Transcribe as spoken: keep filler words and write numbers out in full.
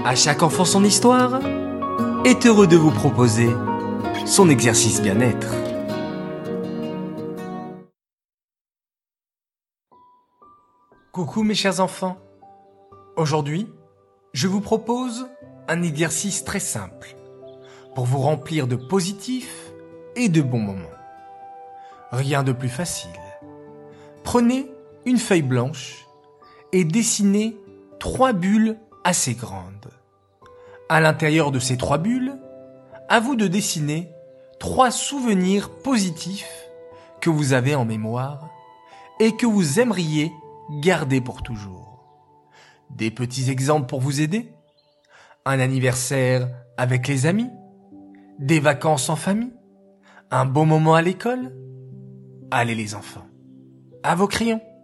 À chaque enfant son histoire est heureux de vous proposer son exercice bien-être. Coucou mes chers enfants. Aujourd'hui, je vous propose un exercice très simple pour vous remplir de positifs et de bons moments. Rien de plus facile. Prenez une feuille blanche et dessinez trois bulles assez grandes. À l'intérieur de ces trois bulles, à vous de dessiner trois souvenirs positifs que vous avez en mémoire et que vous aimeriez garder pour toujours. Des petits exemples pour vous aider. Un anniversaire avec les amis, des vacances en famille, un beau moment à l'école. Allez les enfants, à vos crayons.